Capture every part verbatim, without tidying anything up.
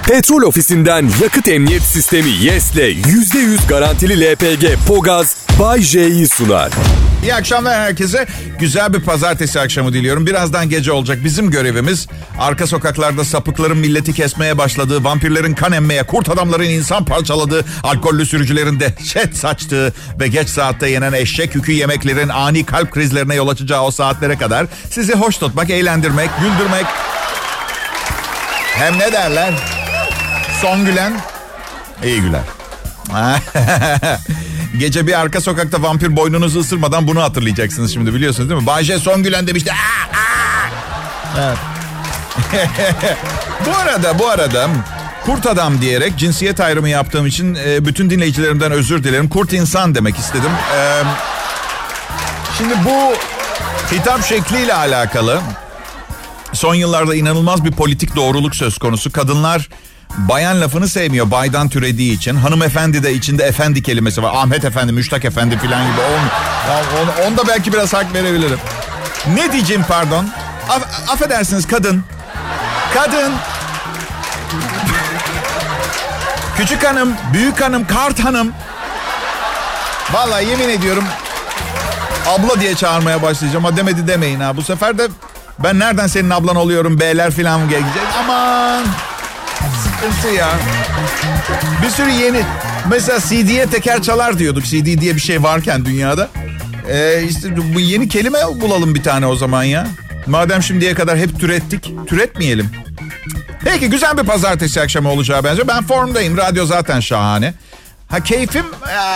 Petrol Ofisi'nden yakıt emniyet sistemi Yes'le yüzde yüz garantili L P G Pogaz Bay J'yi sunar. İyi akşamlar herkese. Güzel bir pazartesi akşamı diliyorum. Birazdan gece olacak. Bizim görevimiz arka sokaklarda sapıkların milleti kesmeye başladığı, vampirlerin kan emmeye, kurt adamların insan parçaladığı, alkollü sürücülerin dehşet saçtığı ve geç saatte yenen eşek yükü yemeklerin ani kalp krizlerine yol açacağı o saatlere kadar sizi hoş tutmak, eğlendirmek, güldürmek. Hem ne derler? Son gülen, iyi güler. Gece bir arka sokakta vampir boynunuzu ısırmadan bunu hatırlayacaksınız şimdi, biliyorsunuz değil mi? Bay J son gülen demişti. Aa, aa. Evet. bu arada bu arada kurt adam diyerek cinsiyet ayrımı yaptığım için bütün dinleyicilerimden özür dilerim. Kurt insan demek istedim. Ee, şimdi bu hitap şekliyle alakalı son yıllarda inanılmaz bir politik doğruluk söz konusu. Kadınlar bayan lafını sevmiyor, baydan türediği için. Hanımefendi de içinde efendi kelimesi var. Ahmet Efendi, Müştak Efendi falan gibi. On, on, onda belki biraz hak verebilirim. Ne diyeceğim pardon? Af, affedersiniz kadın. Kadın. Küçük hanım, büyük hanım, kart hanım. Vallahi yemin ediyorum abla diye çağırmaya başlayacağım. Ha demedi demeyin ha. Bu sefer de ben nereden senin ablan oluyorum beyler falan gelecek. Aman. Sıkıntı ya. Bir sürü yeni. Mesela C D'ye teker çalar diyorduk. C D diye bir şey varken dünyada. Ee, işte bu yeni kelime bulalım bir tane o zaman ya. Madem şimdiye kadar hep türettik. Türetmeyelim. Peki güzel bir pazartesi akşamı olacağı benziyor. Ben formdayım. Radyo zaten şahane. Ha keyfim...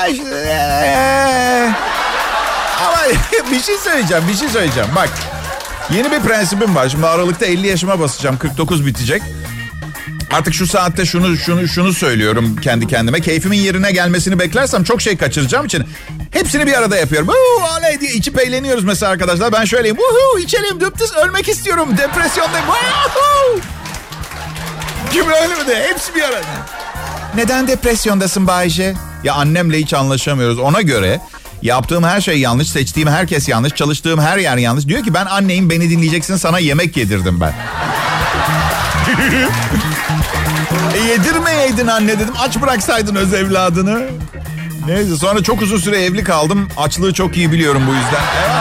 Ama bir şey söyleyeceğim. Bir şey söyleyeceğim. Bak. Yeni bir prensibim var. Şimdi Aralık'ta elli yaşıma basacağım. kırk dokuz bitecek. Artık şu saatte şunu şunu şunu söylüyorum kendi kendime. Keyfimin yerine gelmesini beklersem çok şey kaçıracağım için hepsini bir arada yapıyorum. Uuu oley diye içip eğleniyoruz mesela arkadaşlar. Ben şöyleyim. Uhu içelim düptüz ölmek istiyorum. Depresyondayım. Uhu. Kim öyle mi de? Hepsi bir arada. Neden depresyondasın Bayce? Ya annemle hiç anlaşamıyoruz. Ona göre yaptığım her şey yanlış, seçtiğim herkes yanlış, çalıştığım her yer yanlış. Diyor ki ben anneyim, beni dinleyeceksin, sana yemek yedirdim ben. E yedirmeyeydin anne dedim. Aç bıraksaydın öz evladını. Neyse sonra çok uzun süre evli kaldım. Açlığı çok iyi biliyorum bu yüzden. Evet.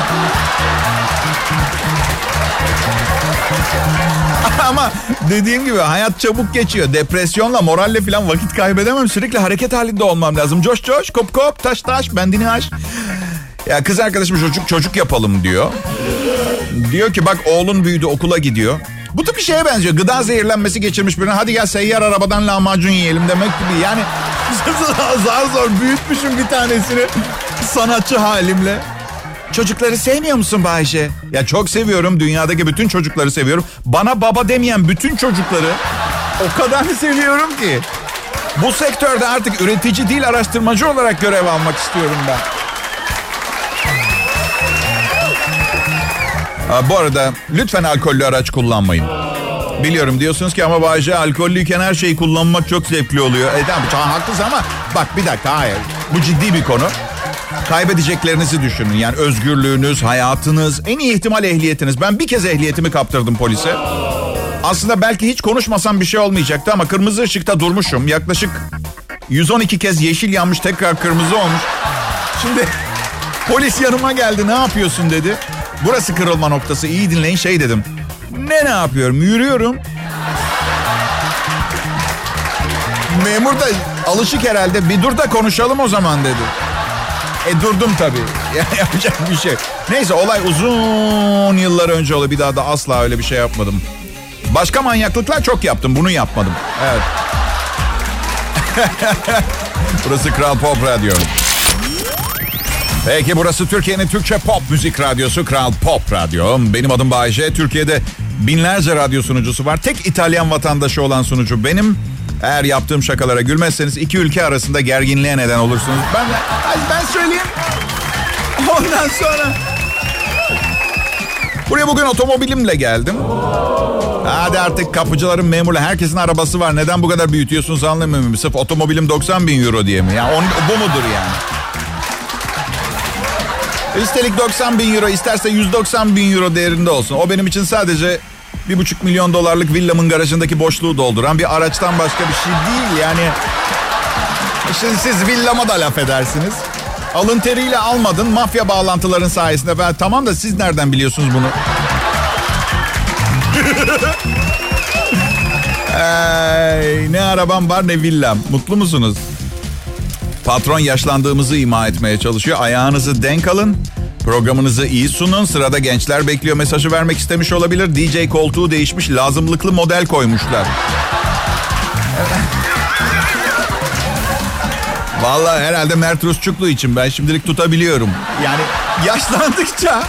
Ama dediğim gibi hayat çabuk geçiyor. Depresyonla, moralle falan vakit kaybedemem. Sürekli hareket halinde olmam lazım. Coş coş, kop kop, taş taş, bendini aş. Ya kız arkadaşım çocuk çocuk yapalım diyor. Diyor ki bak oğlun büyüdü, okula gidiyor. Bu tip bir şeye benziyor. Gıda zehirlenmesi geçirmiş birine. Hadi gel seyyar arabadan lahmacun yiyelim demek gibi. Yani zar zor büyütmüşüm bir tanesini sanatçı halimle. Çocukları sevmiyor musun Bayce? Ya çok seviyorum. Dünyadaki bütün çocukları seviyorum. Bana baba demeyen bütün çocukları o kadar seviyorum ki. Bu sektörde artık üretici değil araştırmacı olarak görev almak istiyorum ben. Ha, bu arada lütfen alkollü araç kullanmayın. Biliyorum diyorsunuz ki ama Bayce alkollüyken her şeyi kullanmak çok zevkli oluyor. E tamam haklısın ama bak bir dakika hayır. Bu ciddi bir konu. Kaybedeceklerinizi düşünün. Yani özgürlüğünüz, hayatınız, en iyi ihtimal ehliyetiniz. Ben bir kez ehliyetimi kaptırdım polise. Aslında belki hiç konuşmasam bir şey olmayacaktı ama kırmızı ışıkta durmuşum. Yaklaşık yüz on iki kez yeşil yanmış, tekrar kırmızı olmuş. Şimdi polis yanıma geldi, ne yapıyorsun dedi. Burası kırılma noktası, iyi dinleyin, şey dedim. Ne ne yapıyorum? Yürüyorum. Memur da alışık herhalde. Bir dur da konuşalım o zaman dedi. E durdum tabii. Yapacak bir şey. Neyse olay uzun yıllar önce oldu. Bir daha da asla öyle bir şey yapmadım. Başka manyaklıklar çok yaptım. Bunu yapmadım. Evet. Burası Kral Pop Radyo. Peki burası Türkiye'nin Türkçe pop müzik radyosu Kral Pop Radyo. Benim adım Bayce. Türkiye'de binlerce radyo sunucusu var. Tek İtalyan vatandaşı olan sunucu benim. Eğer yaptığım şakalara gülmezseniz iki ülke arasında gerginliğe neden olursunuz. Ben ben söyleyeyim. Ondan sonra buraya bugün otomobilimle geldim. Hadi artık kapıcıların, memurla, herkesin arabası var. Neden bu kadar büyütüyorsunuz anlamıyorum. Sırf otomobilim doksan bin euro diye mi? Yani on, bu mudur yani? Üstelik doksan bin euro, isterse yüz doksan bin euro değerinde olsun. O benim için sadece bir buçuk milyon dolarlık villamın garajındaki boşluğu dolduran bir araçtan başka bir şey değil yani. Şimdi siz villama da laf edersiniz. Alın teriyle almadın, mafya bağlantıların sayesinde. Ben, tamam da siz nereden biliyorsunuz bunu? Ay, ne arabam var ne villam. Mutlu musunuz? Patron yaşlandığımızı ima etmeye çalışıyor. Ayağınızı denk alın. Programınızı iyi sunun. Sırada gençler bekliyor mesajı vermek istemiş olabilir. D J koltuğu değişmiş. Lazımlıklı model koymuşlar. Vallahi herhalde Mert Rusçuklu için ben şimdilik tutabiliyorum. Yani yaşlandıkça...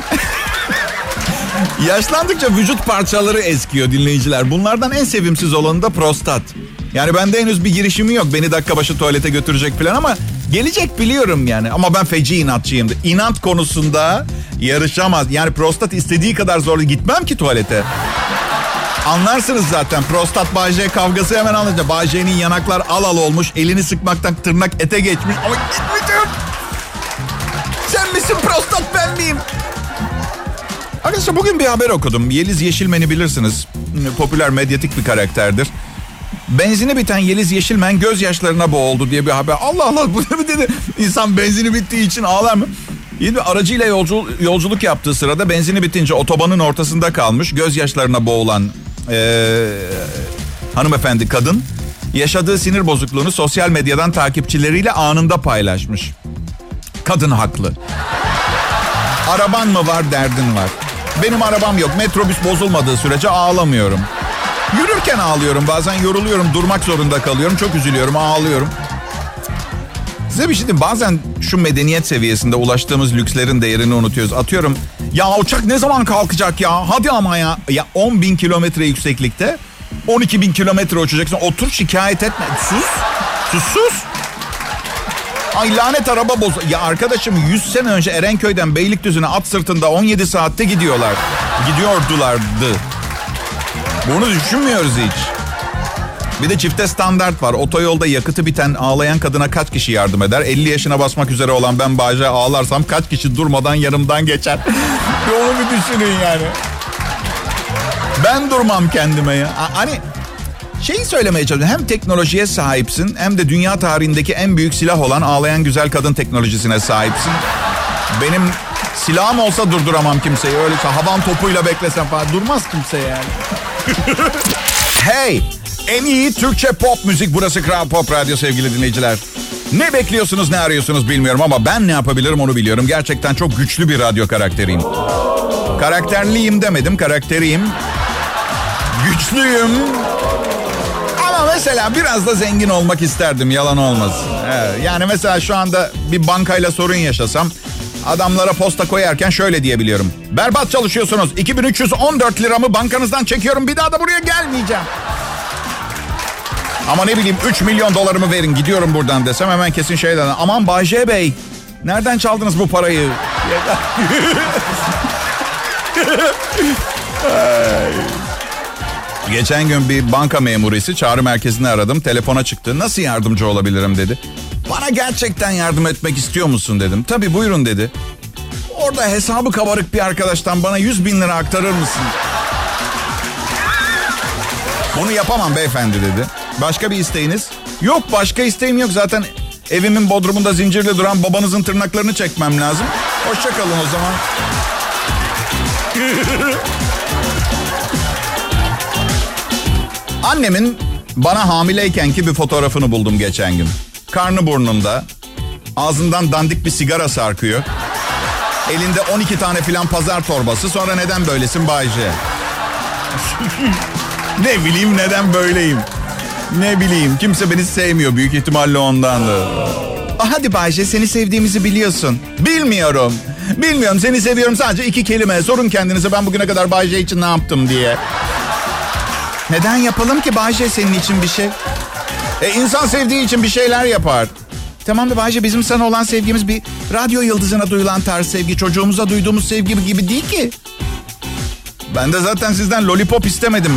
yaşlandıkça vücut parçaları eskiyor dinleyiciler. Bunlardan en sevimsiz olanı da prostat. Yani bende henüz bir girişimi yok. Beni dakika başı tuvalete götürecek falan ama gelecek biliyorum yani. Ama ben feci inatçıyım. İnat konusunda yarışamaz. Yani prostat istediği kadar zor gitmem ki tuvalete. Anlarsınız zaten. Prostat Bay J kavgası hemen anlayacak. Bay J'nin yanaklar al al olmuş. Elini sıkmaktan tırnak ete geçmiş. Ama gitmeyeceğim. Sen misin prostat, ben miyim? Arkadaşlar bugün bir haber okudum. Yeliz Yeşilmen'i bilirsiniz. Popüler medyatik bir karakterdir. Benzini biten Yeliz Yeşilmen gözyaşlarına boğuldu diye bir haber. Allah Allah, bu ne dedi? İnsan benzini bittiği için ağlar mı? Yeni bir aracıyla yolcu, yolculuk yaptığı sırada benzini bitince otobanın ortasında kalmış. Gözyaşlarına boğulan ee, hanımefendi kadın yaşadığı sinir bozukluğunu sosyal medyadan takipçileriyle anında paylaşmış. Kadın haklı. Araban mı var, derdin var. Benim arabam yok. Metrobüs bozulmadığı sürece ağlamıyorum. Yürürken ağlıyorum. Bazen yoruluyorum. Durmak zorunda kalıyorum. Çok üzülüyorum. Ağlıyorum. Size bir şey diyeyim. Bazen şu medeniyet seviyesinde ulaştığımız lükslerin değerini unutuyoruz. Atıyorum. Ya uçak ne zaman kalkacak ya? Hadi ama ya. Ya on bin kilometre yükseklikte on iki bin kilometre uçacaksın. Otur, şikayet etme. Sus. Sus sus. Ay lanet araba boz... Ya arkadaşım yüz sene önce Erenköy'den Beylikdüzü'ne at sırtında on yedi saatte gidiyorlar. Gidiyordulardı. Bunu düşünmüyoruz hiç. Bir de çifte standart var. Otoyolda yakıtı biten ağlayan kadına kaç kişi yardım eder? elli yaşına basmak üzere olan ben Bay J ağlarsam kaç kişi durmadan yanımdan geçer? Bir onu bir düşünün yani. Ben durmam kendime ya. Hani... Şeyi söylemeye çalışıyorum. Hem teknolojiye sahipsin hem de dünya tarihindeki en büyük silah olan ağlayan güzel kadın teknolojisine sahipsin. Benim silahım olsa durduramam kimseyi. Öyleyse havan topuyla beklesem falan durmaz kimse yani. Hey! En iyi Türkçe pop müzik burası Kral Pop Radyo sevgili dinleyiciler. Ne bekliyorsunuz, ne arıyorsunuz bilmiyorum ama ben ne yapabilirim onu biliyorum. Gerçekten çok güçlü bir radyo karakteriyim. Karakterliyim demedim, karakteriyim. Güçlüyüm. Ama mesela biraz da zengin olmak isterdim, yalan olmasın. Evet, yani mesela şu anda bir bankayla sorun yaşasam adamlara posta koyarken şöyle diyebiliyorum. Berbat çalışıyorsunuz. iki bin üç yüz on dört liramı bankanızdan çekiyorum. Bir daha da buraya gelmeyeceğim. Ama ne bileyim üç milyon dolarımı verin gidiyorum buradan desem hemen kesin şeyden. Aman Bay J Bey, nereden çaldınız bu parayı? Geçen gün bir banka memurisi çağrı merkezini aradım. Telefona çıktı. Nasıl yardımcı olabilirim dedi. Bana gerçekten yardım etmek istiyor musun dedim. Tabii buyurun dedi. Orada hesabı kabarık bir arkadaştan bana yüz bin lira aktarır mısın? Bunu yapamam beyefendi dedi. Başka bir isteğiniz? Yok, başka isteğim yok. Zaten evimin bodrumunda zincirle duran babanızın tırnaklarını çekmem lazım. Hoşça kalın o zaman. Annemin bana hamileykenki bir fotoğrafını buldum geçen gün. Karnı burnunda, ağzından dandik bir sigara sarkıyor. Elinde on iki tane filan pazar torbası. Sonra neden böylesin Bay J? Ne bileyim neden böyleyim. Ne bileyim, kimse beni sevmiyor, büyük ihtimalle ondandır. Ah, hadi Bay J, seni sevdiğimizi biliyorsun. Bilmiyorum. Bilmiyorum, seni seviyorum sadece iki kelime. Sorun kendinize ben bugüne kadar Bay J için ne yaptım diye. Neden yapalım ki Bay J senin için bir şey? E insan sevdiği için bir şeyler yapar. Tamam da Bay J, bizim sana olan sevgimiz bir radyo yıldızına duyulan tarz sevgi. Çocuğumuza duyduğumuz sevgi gibi değil ki. Ben de zaten sizden lollipop istemedim.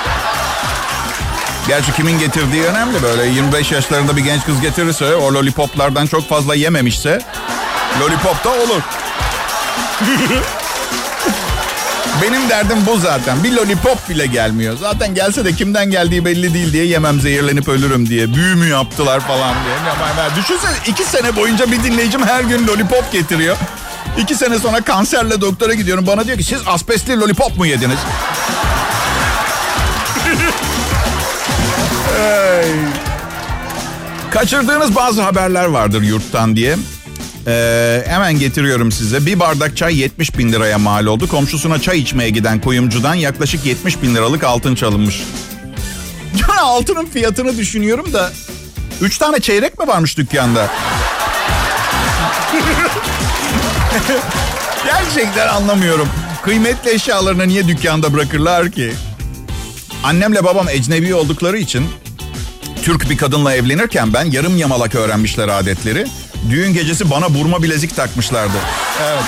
Gerçi kimin getirdiği önemli. Böyle yirmi beş yaşlarında bir genç kız getirirse, o lollipoplardan çok fazla yememişse lollipop da olur. Benim derdim bu zaten. Bir lollipop bile gelmiyor. Zaten gelse de kimden geldiği belli değil diye yemem, zehirlenip ölürüm diye. Büyü mü yaptılar falan diye. Düşünsene iki sene boyunca bir dinleyicim her gün lollipop getiriyor. İki sene sonra kanserle doktora gidiyorum. Bana diyor ki siz asbestli lollipop mu yediniz? Hey. Kaçırdığınız bazı haberler vardır yurttan diye. Ee, hemen getiriyorum size. Bir bardak çay yetmiş bin liraya mal oldu. Komşusuna çay içmeye giden kuyumcudan yaklaşık yetmiş bin liralık altın çalınmış. Yani altının fiyatını düşünüyorum da üç tane çeyrek mi varmış dükkanda? Gerçekten anlamıyorum. Kıymetli eşyalarını niye dükkanda bırakırlar ki? Annemle babam ecnebi oldukları için Türk bir kadınla evlenirken ben yarım yamalak öğrenmişler adetleri. Düğün gecesi bana burma bilezik takmışlardı. Evet.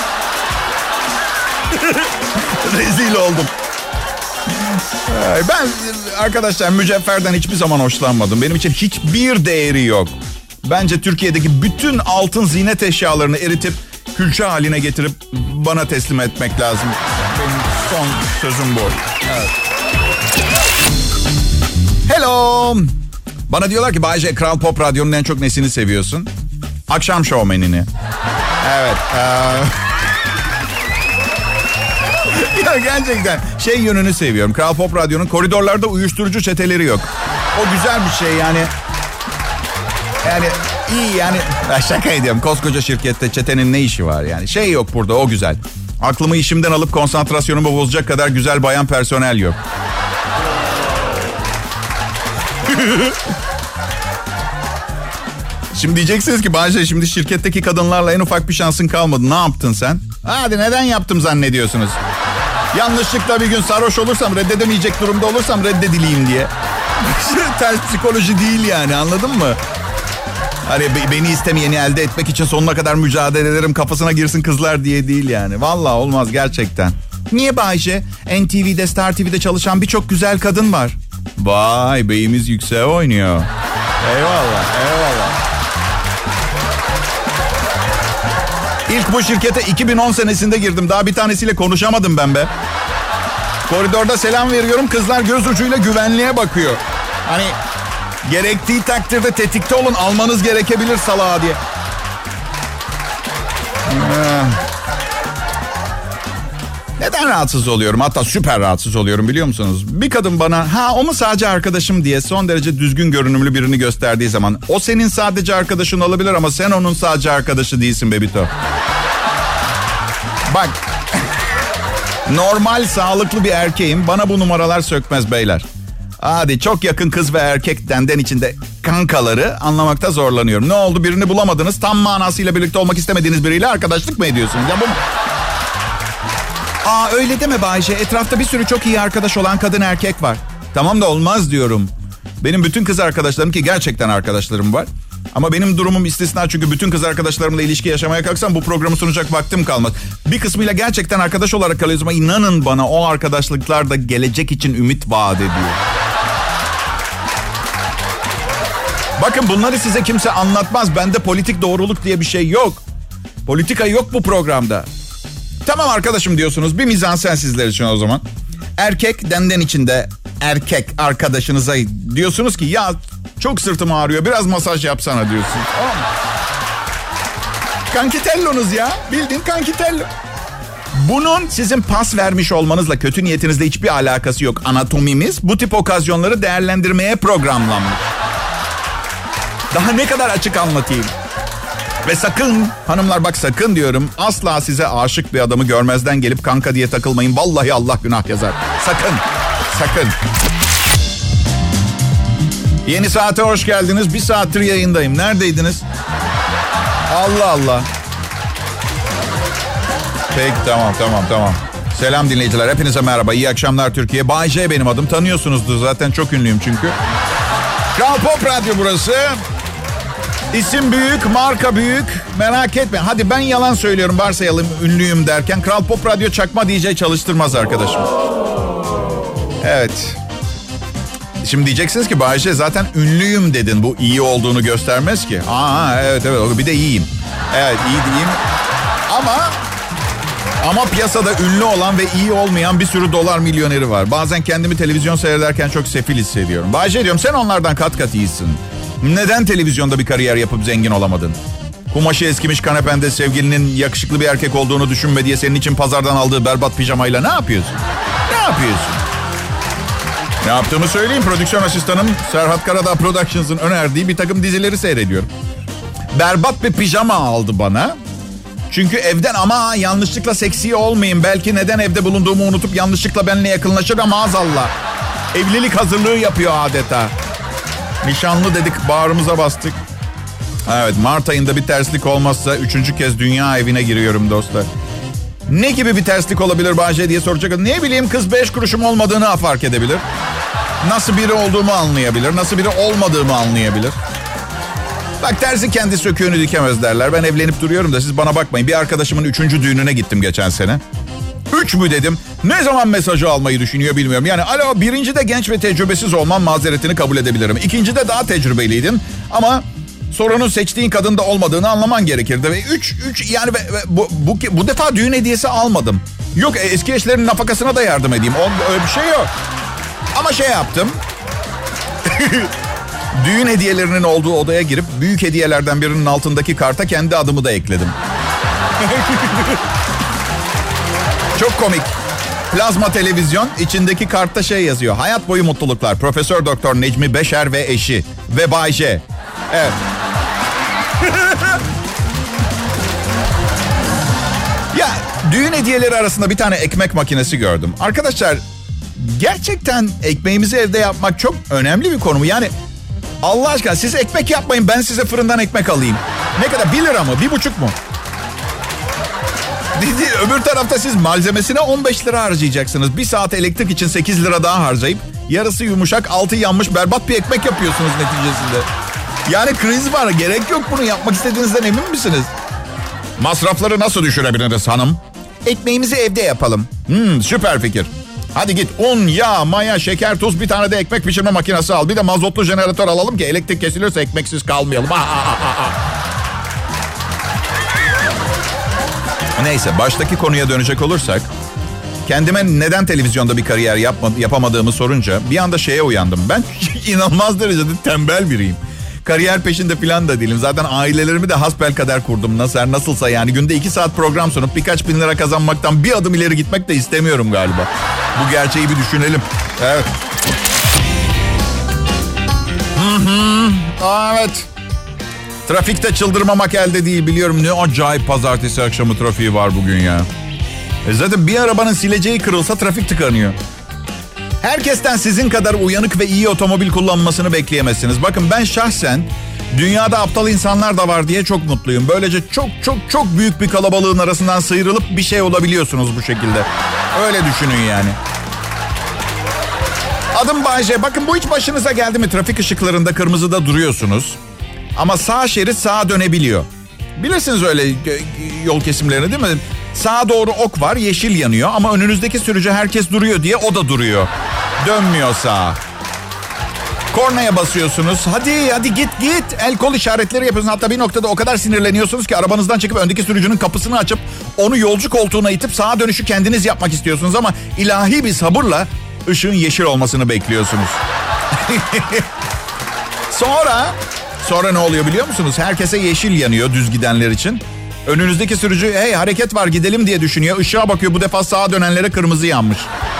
Rezil oldum. Ben arkadaşlar mücevherden hiçbir zaman hoşlanmadım. Benim için hiçbir değeri yok. Bence Türkiye'deki bütün altın ziynet eşyalarını eritip külçe haline getirip bana teslim etmek lazım. Benim son sözüm bu. Evet. Hello. Bana diyorlar ki Bayce, Kral Pop Radyo'nun en çok nesini seviyorsun? Akşam şovmenini. Evet. E... ya gerçekten şey yönünü seviyorum. Kral Pop Radyo'nun koridorlarda uyuşturucu çeteleri yok. O güzel bir şey yani. Yani iyi yani. Şaka ediyorum. Koskoca şirkette çetenin ne işi var yani? Şey yok burada, o güzel. Aklımı işimden alıp konsantrasyonumu bozacak kadar güzel bayan personel yok. Şimdi diyeceksiniz ki Bayce, şimdi şirketteki kadınlarla en ufak bir şansın kalmadı. Ne yaptın sen? Hadi neden yaptım zannediyorsunuz? Yanlışlıkla bir gün sarhoş olursam, reddedemeyecek durumda olursam reddedileyim diye. Ters psikoloji değil yani, anladın mı? Hani beni istemeyeni elde etmek için sonuna kadar mücadele ederim, kafasına girsin kızlar diye değil yani. Vallahi olmaz gerçekten. Niye Bayce? N T V'de, Star T V'de çalışan birçok güzel kadın var. Vay, beyimiz yükseğe oynuyor. Eyvallah, eyvallah. İlk bu şirkete iki bin on senesinde girdim. Daha bir tanesiyle konuşamadım ben be. Koridorda selam veriyorum. Kızlar göz ucuyla güvenliğe bakıyor. Hani gerektiği takdirde tetikte olun. Almanız gerekebilir salağa diye. Neden rahatsız oluyorum? Hatta süper rahatsız oluyorum biliyor musunuz? Bir kadın bana ha o mu sadece arkadaşım diye son derece düzgün görünümlü birini gösterdiği zaman o senin sadece arkadaşın olabilir ama sen onun sadece arkadaşı değilsin bebito. Bak normal sağlıklı bir erkeğim, bana bu numaralar sökmez beyler. Hadi çok yakın kız ve erkek denden içinde kankaları anlamakta zorlanıyorum. Ne oldu, birini bulamadınız, tam manasıyla birlikte olmak istemediğiniz biriyle arkadaşlık mı ediyorsunuz? Ya bu... Aa öyle deme Bayce, etrafta bir sürü çok iyi arkadaş olan kadın erkek var. Tamam da olmaz diyorum. Benim bütün kız arkadaşlarım, ki gerçekten arkadaşlarım var. Ama benim durumum istisna, çünkü bütün kız arkadaşlarımla ilişki yaşamaya kalksam bu programı sunacak vaktim kalmaz. Bir kısmıyla gerçekten arkadaş olarak kalıyoruz ama inanın bana o arkadaşlıklar da gelecek için ümit vaat ediyor. Bakın bunları size kimse anlatmaz. Bende politik doğruluk diye bir şey yok. Politika yok bu programda. Tamam arkadaşım diyorsunuz. Bir mizansen sizler için o zaman. Erkek denden içinde erkek arkadaşınıza diyorsunuz ki ya çok sırtım ağrıyor, biraz masaj yapsana diyorsunuz. Tamam mı? Kankitellonuz ya. Bildiğin kankitello. Bunun sizin pas vermiş olmanızla, kötü niyetinizle hiçbir alakası yok. Anatomimiz bu tip okazyonları değerlendirmeye programlanmış. Daha ne kadar açık anlatayım? Ve sakın hanımlar, bak sakın diyorum, asla size aşık bir adamı görmezden gelip kanka diye takılmayın. Vallahi Allah günah yazar. Sakın, sakın. Yeni saate hoş geldiniz. Bir saattir yayındayım. Neredeydiniz? Allah Allah. Peki tamam tamam tamam. Selam dinleyiciler. Hepinize merhaba. İyi akşamlar Türkiye. Bay J benim adım. Tanıyorsunuzdur zaten, çok ünlüyüm çünkü. Kral Pop Radyo burası. İsim büyük, marka büyük. Merak etme. Hadi ben yalan söylüyorum varsayalım ünlüyüm derken. Kral Pop Radyo çakma D J çalıştırmaz arkadaşım. Evet. Şimdi diyeceksiniz ki Bayşe zaten ünlüyüm dedin. Bu iyi olduğunu göstermez ki. Aa evet evet, bir de iyiyim. Evet iyi diyeyim. Ama Ama piyasada ünlü olan ve iyi olmayan bir sürü dolar milyoneri var. Bazen kendimi televizyon seyrederken çok sefil hissediyorum. Bahçe diyorum, sen onlardan kat kat iyisin. Neden televizyonda bir kariyer yapıp zengin olamadın? Kumaşı eskimiş kanepende sevgilinin yakışıklı bir erkek olduğunu düşünme diye senin için pazardan aldığı berbat pijamayla ne yapıyorsun? Ne yapıyorsun? Ne yaptığımı söyleyeyim. Prodüksiyon asistanım Serhat Karadağ Productions'ın önerdiği bir takım dizileri seyrediyorum. Berbat bir pijama aldı bana. Çünkü evden ama yanlışlıkla seksi olmayayım. Belki neden evde bulunduğumu unutup yanlışlıkla benimle yakınlaşır ama maazallah. Evlilik hazırlığı yapıyor adeta. Nişanlı dedik, bağrımıza bastık. Evet, Mart ayında bir terslik olmazsa üçüncü kez dünya evine giriyorum dostlar. Ne gibi bir terslik olabilir Bahçe diye soracak. Ne bileyim, kız beş kuruşum olmadığını fark edebilir. Nasıl biri olduğumu anlayabilir. Nasıl biri olmadığımı anlayabilir. Bak, terzi kendi söküğünü dikemez derler. Ben evlenip duruyorum da siz bana bakmayın. Bir arkadaşımın üçüncü düğününe gittim geçen sene. Üç mü dedim. Ne zaman mesajı almayı düşünüyor bilmiyorum. Yani alo, birinci de genç ve tecrübesiz olman mazeretini kabul edebilirim. İkinci de daha tecrübeliydin. Ama sorunun seçtiğin kadında olmadığını anlaman gerekirdi. Ve üç, üç yani ve, ve bu, bu, bu defa düğün hediyesi almadım. Yok, eski eşlerin nafakasına da yardım edeyim. O, öyle bir şey yok. Ama şey yaptım. Düğün hediyelerinin olduğu odaya girip büyük hediyelerden birinin altındaki karta kendi adımı da ekledim. Çok komik. Plazma televizyon, içindeki kartta şey yazıyor. Hayat boyu mutluluklar. Profesör Doktor Necmi Beşer ve eşi. Ve Bay J. Evet. Ya, düğün hediyeleri arasında bir tane ekmek makinesi gördüm. Arkadaşlar, gerçekten ekmeğimizi evde yapmak çok önemli bir konu mu? Yani Allah aşkına siz ekmek yapmayın, ben size fırından ekmek alayım. Ne kadar? Bir lira mı? Bir buçuk mu? Öbür tarafta siz malzemesine on beş lira harcayacaksınız. Bir saat elektrik için sekiz lira daha harcayıp yarısı yumuşak, altı yanmış berbat bir ekmek yapıyorsunuz neticesinde. Yani kriz var. Gerek yok bunu yapmak istediğinizden emin misiniz? Masrafları nasıl düşürebiliriz hanım? Ekmeğimizi evde yapalım. Hmm, süper fikir. Hadi git un, yağ, maya, şeker, tuz, bir tane de ekmek pişirme makinesi al. Bir de mazotlu jeneratör alalım ki elektrik kesilirse ekmeksiz kalmayalım. Neyse, baştaki konuya dönecek olursak, kendime neden televizyonda bir kariyer yapma, yapamadığımı sorunca bir anda şeye uyandım. Ben inanılmaz derecede tembel biriyim. Kariyer peşinde falan da değilim. Zaten ailelerimi de hasbelkader kurdum. Nasıl, nasılsa yani günde iki saat program sunup birkaç bin lira kazanmaktan bir adım ileri gitmek de istemiyorum galiba. Bu gerçeği bir düşünelim. Evet. Hı hı. Evet. Trafikte çıldırmamak elde değil, biliyorum. Ne acayip pazartesi akşamı trafiği var bugün ya. E zaten bir arabanın sileceği kırılsa trafik tıkanıyor. Herkesten sizin kadar uyanık ve iyi otomobil kullanmasını bekleyemezsiniz. Bakın, ben şahsen dünyada aptal insanlar da var diye çok mutluyum. Böylece çok çok çok büyük bir kalabalığın arasından sıyrılıp bir şey olabiliyorsunuz bu şekilde. Öyle düşünün yani. Adım Bay J. Bakın, bu hiç başınıza geldi mi? Trafik ışıklarında kırmızıda duruyorsunuz. Ama sağ şerit sağa dönebiliyor. Bilirsiniz öyle yol kesimlerini, değil mi? Sağa doğru ok var, yeşil yanıyor ama önünüzdeki sürücü herkes duruyor diye o da duruyor. Dönmüyor sağa. Kornaya basıyorsunuz. Hadi hadi git git. El kol işaretleri yapıyorsunuz. Hatta bir noktada o kadar sinirleniyorsunuz ki arabanızdan çıkıp öndeki sürücünün kapısını açıp onu yolcu koltuğuna itip sağa dönüşü kendiniz yapmak istiyorsunuz ama ilahi bir sabırla ışığın yeşil olmasını bekliyorsunuz. Sonra sonra ne oluyor biliyor musunuz? Herkese yeşil yanıyor düz gidenler için. Önünüzdeki sürücü hey hareket var gidelim diye düşünüyor. Işığa bakıyor, bu defa sağa dönenlere kırmızı yanmış.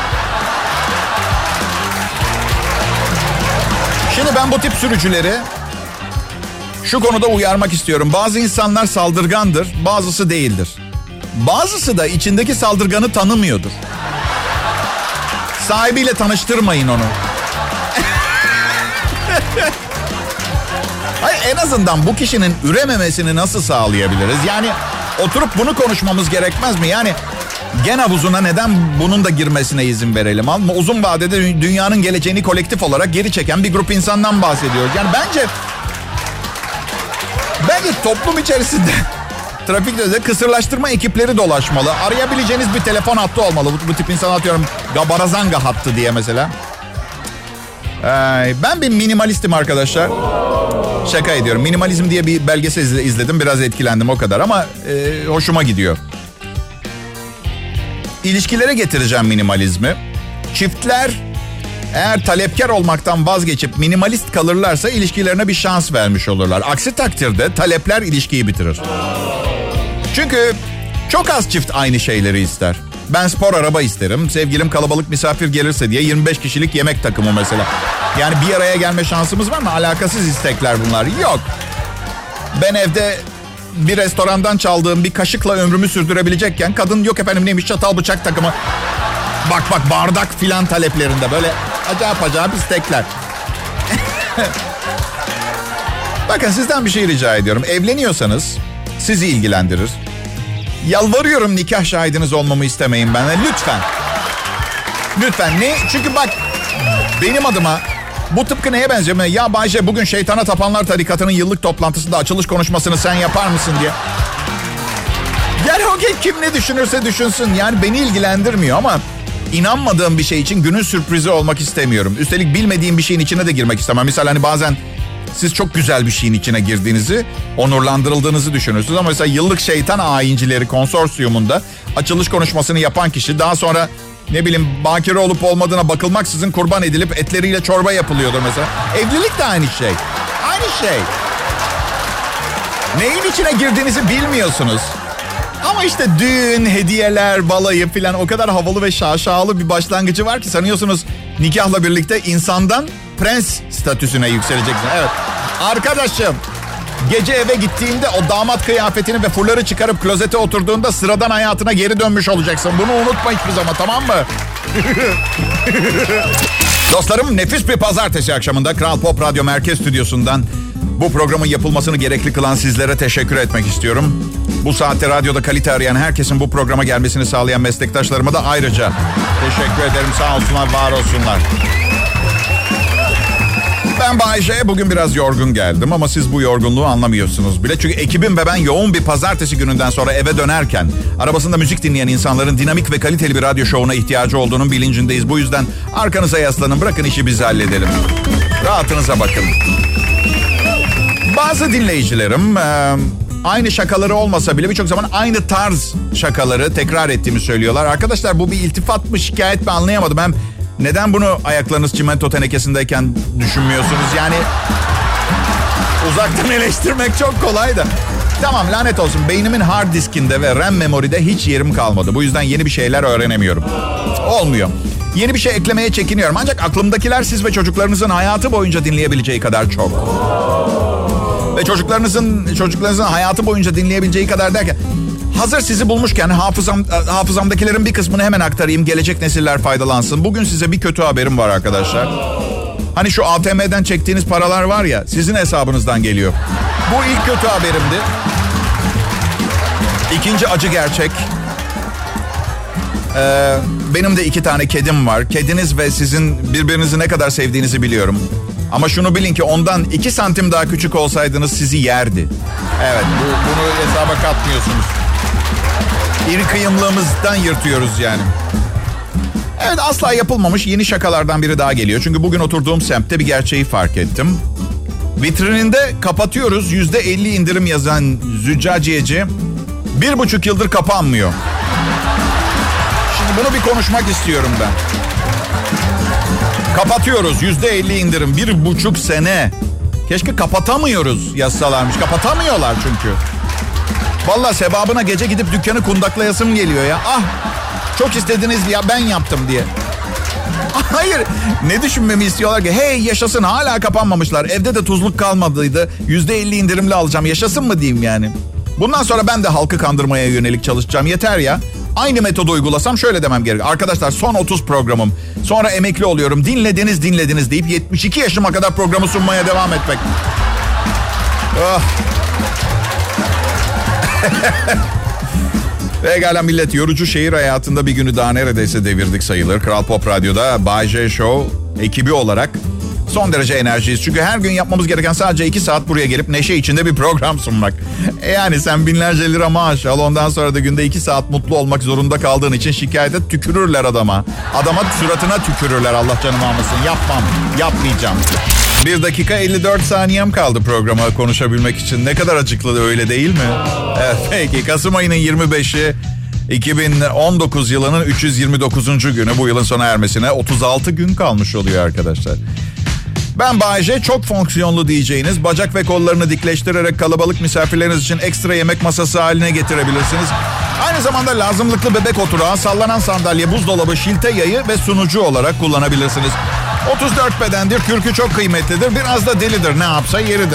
Şimdi ben bu tip sürücüleri şu konuda uyarmak istiyorum. Bazı insanlar saldırgandır, bazısı değildir. Bazısı da içindeki saldırganı tanımıyordur. Sahibiyle tanıştırmayın onu. Hayır, en azından bu kişinin ürememesini nasıl sağlayabiliriz? Yani oturup bunu konuşmamız gerekmez mi? Yani gen havuzuna neden bunun da girmesine izin verelim? Ama uzun vadede dünyanın geleceğini kolektif olarak geri çeken bir grup insandan bahsediyoruz. Yani bence bence toplum içerisinde trafikte de kısırlaştırma ekipleri dolaşmalı. Arayabileceğiniz bir telefon hattı olmalı. Bu, bu tip insan, atıyorum Gabarazanga hattı diye mesela. Ee, ben bir minimalistim arkadaşlar. Şaka ediyorum. Minimalizm diye bir belgesel izledim. Biraz etkilendim, o kadar. Ama e, hoşuma gidiyor. ilişkilere getireceğim minimalizmi. Çiftler eğer talepkar olmaktan vazgeçip minimalist kalırlarsa ilişkilerine bir şans vermiş olurlar. Aksi takdirde talepler ilişkiyi bitirir. Çünkü çok az çift aynı şeyleri ister. Ben spor araba isterim. Sevgilim kalabalık misafir gelirse diye yirmi beş kişilik yemek takımı mesela. Yani bir araya gelme şansımız var mı? Alakasız istekler bunlar. Yok. Ben evde bir restorandan çaldığım bir kaşıkla ömrümü sürdürebilecekken kadın yok efendim neymiş çatal bıçak takımı. Bak bak bardak filan taleplerinde böyle acayip acayip istekler. Bakın sizden bir şey rica ediyorum. Evleniyorsanız sizi ilgilendirir. Yalvarıyorum nikah şahidiniz olmamı istemeyin benden. Lütfen. Lütfen. Ne? Çünkü bak benim adıma bu tıpkı neye benziyor? Ya Bayce bugün Şeytana Tapanlar Tarikatı'nın yıllık toplantısında açılış konuşmasını sen yapar mısın diye. Yani okey kim ne düşünürse düşünsün. Yani beni ilgilendirmiyor ama inanmadığım bir şey için günün sürprizi olmak istemiyorum. Üstelik bilmediğim bir şeyin içine de girmek istemem. Mesela hani bazen siz çok güzel bir şeyin içine girdiğinizi, onurlandırıldığınızı düşünürsünüz. Ama mesela yıllık şeytan ayincileri konsorsiyumunda açılış konuşmasını yapan kişi daha sonra ne bileyim bakire olup olmadığına bakılmaksızın kurban edilip etleriyle çorba yapılıyordur mesela. Evlilik de aynı şey. Aynı şey. Neyin içine girdiğinizi bilmiyorsunuz. Ama işte düğün, hediyeler, balayı falan o kadar havalı ve şaşalı bir başlangıcı var ki sanıyorsunuz nikahla birlikte insandan prens statüsüne yükseleceksiniz. Evet. Arkadaşım, gece eve gittiğinde o damat kıyafetini ve fırları çıkarıp klozete oturduğunda sıradan hayatına geri dönmüş olacaksın. Bunu unutma hiçbir zaman, tamam mı? Dostlarım, nefis bir pazartesi akşamında Kral Pop Radyo Merkez Stüdyosu'ndan bu programın yapılmasını gerekli kılan sizlere teşekkür etmek istiyorum. Bu saatte radyoda kalite arayan herkesin bu programa gelmesini sağlayan meslektaşlarıma da ayrıca teşekkür ederim. Sağ olsunlar, var olsunlar. Ben Bayce, bugün biraz yorgun geldim ama siz bu yorgunluğu anlamıyorsunuz bile. Çünkü ekibim ve ben yoğun bir pazartesi gününden sonra eve dönerken arabasında müzik dinleyen insanların dinamik ve kaliteli bir radyo şovuna ihtiyacı olduğunun bilincindeyiz. Bu yüzden arkanıza yaslanın, bırakın işi biz halledelim. Rahatınıza bakın. Bazı dinleyicilerim e, aynı şakaları olmasa bile birçok zaman aynı tarz şakaları tekrar ettiğimi söylüyorlar. Arkadaşlar bu bir iltifat mı, şikayet mi anlayamadım. Hem neden bunu ayaklarınız çimento tenekesindeyken düşünmüyorsunuz? Yani uzaktan eleştirmek çok kolay da. Tamam, lanet olsun, beynimin hard diskinde ve RAM memoride hiç yerim kalmadı. Bu yüzden yeni bir şeyler öğrenemiyorum. Olmuyor. Yeni bir şey eklemeye çekiniyorum. Ancak aklımdakiler siz ve çocuklarınızın hayatı boyunca dinleyebileceği kadar çok. Ve çocuklarınızın çocuklarınızın hayatı boyunca dinleyebileceği kadar derken hazır sizi bulmuşken hafızam, hafızamdakilerin bir kısmını hemen aktarayım. Gelecek nesiller faydalansın. Bugün size bir kötü haberim var arkadaşlar. Hani şu A T M'den çektiğiniz paralar var ya, sizin hesabınızdan geliyor. Bu ilk kötü haberimdi. İkinci acı gerçek. Ee, benim de iki tane kedim var. Kediniz ve sizin birbirinizi ne kadar sevdiğinizi biliyorum. Ama şunu bilin ki ondan iki santim daha küçük olsaydınız sizi yerdi. Evet, bu, bunu hesaba katmıyorsunuz. İri kıyımlığımızdan yırtıyoruz yani. Evet, asla yapılmamış yeni şakalardan biri daha geliyor. Çünkü bugün oturduğum semtte bir gerçeği fark ettim. Vitrininde kapatıyoruz yüzde elli indirim yazan züccaciyeci bir buçuk yıldır kapanmıyor. Şimdi bunu bir konuşmak istiyorum ben. Kapatıyoruz yüzde elli indirim bir buçuk sene. Keşke kapatamıyoruz yazsalarmış. Kapatamıyorlar çünkü. Vallahi sebabına gece gidip dükkanı kundaklayasım geliyor ya. Ah, çok istediniz ya, ben yaptım diye. Hayır, ne düşünmemi istiyorlar ki? Hey yaşasın, hala kapanmamışlar. Evde de tuzluk kalmadıydı. yüzde elli indirimli alacağım. Yaşasın mı diyeyim yani. Bundan sonra ben de halkı kandırmaya yönelik çalışacağım. Yeter ya. Aynı metodu uygulasam şöyle demem gerek. Arkadaşlar, son otuz programım. Sonra emekli oluyorum. Dinlediniz dinlediniz deyip yetmiş iki yaşıma kadar programı sunmaya devam etmek. Oh. Pekala millet, yorucu şehir hayatında bir günü daha neredeyse devirdik sayılır. Kral Pop Radyo'da Bay J Show ekibi olarak son derece enerjiyiz. Çünkü her gün yapmamız gereken sadece iki saat buraya gelip neşe içinde bir program sunmak. E yani sen binlerce lira maaş al, ondan sonra da günde iki saat mutlu olmak zorunda kaldığın için şikayete tükürürler adama. Adama suratına tükürürler, Allah canımı almasın. Yapmam, yapmayacağım. Bir dakika elli dört saniyem kaldı programa konuşabilmek için. Ne kadar acıklı, öyle değil mi? Evet, peki. Kasım ayının yirmi beşi iki bin on dokuz yılının üç yüz yirmi dokuzuncu günü, bu yılın sona ermesine otuz altı gün kalmış oluyor arkadaşlar. Ben Bay J, çok fonksiyonlu diyeceğiniz, bacak ve kollarını dikleştirerek kalabalık misafirleriniz için ekstra yemek masası haline getirebilirsiniz. Aynı zamanda lazımlıklı bebek oturağı, sallanan sandalye, buzdolabı, şilte yayı ve sunucu olarak kullanabilirsiniz. otuz dört bedendir, kürkü çok kıymetlidir, biraz da delidir, ne yapsa yeridir.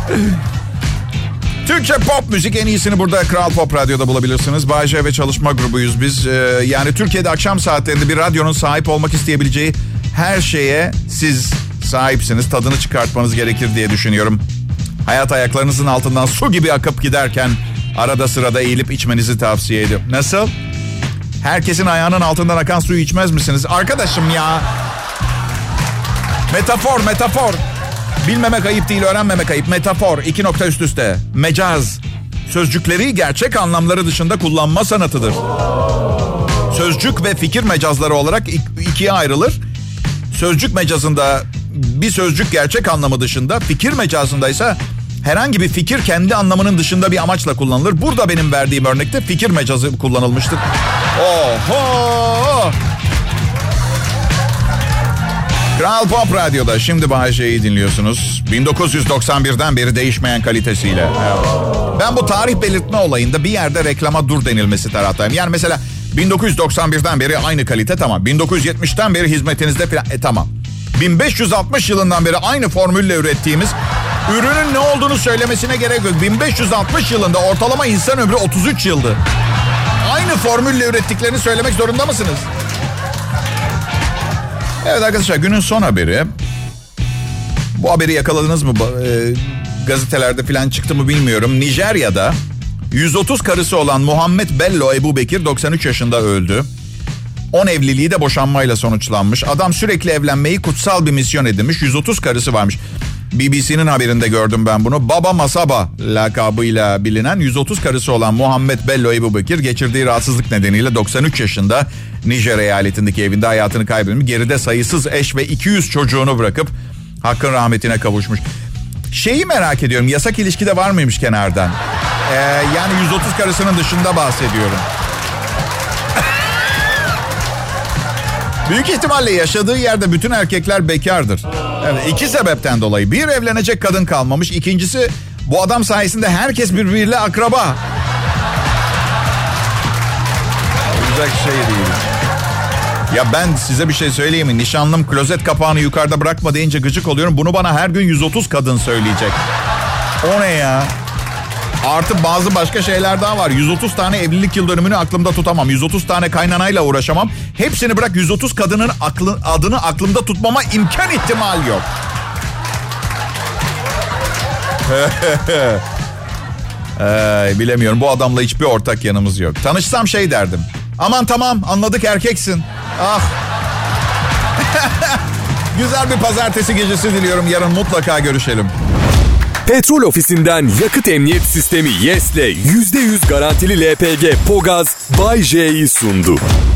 Türkçe pop müzik en iyisini burada Kral Pop Radyo'da bulabilirsiniz. Bay J ve çalışma grubuyuz biz. Ee, yani Türkiye'de akşam saatlerinde bir radyonun sahip olmak isteyebileceği her şeye siz sahipsiniz. Tadını çıkartmanız gerekir diye düşünüyorum. Hayat ayaklarınızın altından su gibi akıp giderken arada sırada eğilip içmenizi tavsiye ediyorum. Nasıl? Herkesin ayağının altından akan suyu içmez misiniz? Arkadaşım ya. Metafor, metafor. Bilmemek ayıp değil, öğrenmemek ayıp. Metafor, iki nokta üst üste. Mecaz. Sözcükleri gerçek anlamları dışında kullanma sanatıdır. Sözcük ve fikir mecazları olarak ikiye ayrılır. Sözcük mecazında bir sözcük gerçek anlamı dışında, fikir mecazında ise herhangi bir fikir kendi anlamının dışında bir amaçla kullanılır. Burada benim verdiğim örnekte fikir mecazı kullanılmıştır. Oho! Kral Pop Radyo'da şimdi Bay J'yi dinliyorsunuz. bin dokuz yüz doksan birden beri değişmeyen kalitesiyle. Evet. Ben bu tarih belirtme olayında bir yerde reklama dur denilmesi taraftayım. Yani mesela bin dokuz yüz doksan birden beri aynı kalite, tamam. bin dokuz yüz yetmişten beri hizmetinizde falan, e tamam. bin beş yüz altmış yılından beri aynı formülle ürettiğimiz ürünün ne olduğunu söylemesine gerek yok. bin beş yüz altmış yılında ortalama insan ömrü otuz üç yıldı. Aynı formülle ürettiklerini söylemek zorunda mısınız? Evet arkadaşlar, günün son haberi. Bu haberi yakaladınız mı? E, gazetelerde falan çıktı mı bilmiyorum. Nijerya'da yüz otuz karısı olan Muhammed Bello Ebu Bekir doksan üç yaşında öldü. on evliliği de boşanmayla sonuçlanmış. Adam sürekli evlenmeyi kutsal bir misyon edinmiş. yüz otuz karısı varmış. B B C'nin haberinde gördüm ben bunu. Baba Masaba lakabıyla bilinen yüz otuz karısı olan Muhammed Bello Ebu Bekir geçirdiği rahatsızlık nedeniyle doksan üç yaşında Nijer eyaletindeki evinde hayatını kaybetmiş. Geride sayısız eş ve iki yüz çocuğunu bırakıp hakkın rahmetine kavuşmuş. Şeyi merak ediyorum, yasak ilişki de var mıymış kenardan? Ee, yani yüz otuz karısının dışında bahsediyorum. Büyük ihtimalle yaşadığı yerde bütün erkekler bekardır. Evet, iki sebepten dolayı. Bir, evlenecek kadın kalmamış. İkincisi, bu adam sayesinde herkes birbiriyle akraba. Olacak şey değil. Ya ben size bir şey söyleyeyim mi? Nişanlım klozet kapağını yukarıda bırakma deyince gıcık oluyorum. Bunu bana her gün yüz otuz kadın söyleyecek. O ne ya? Artı bazı başka şeyler daha var. yüz otuz tane evlilik yıl dönümünü aklımda tutamam. yüz otuz tane kaynanayla uğraşamam. Hepsini bırak, yüz otuz kadının aklı, adını aklımda tutmama imkan ihtimal yok. ee, bilemiyorum. Bu adamla hiçbir ortak yanımız yok. Tanışsam şey derdim. Aman tamam, anladık, erkeksin. Ah. Güzel bir pazartesi gecesi diliyorum. Yarın mutlaka görüşelim. Petrol Ofisi'nden yakıt emniyet sistemi Yes'le yüzde yüz garantili L P G Pogaz Bay J'yi sundu.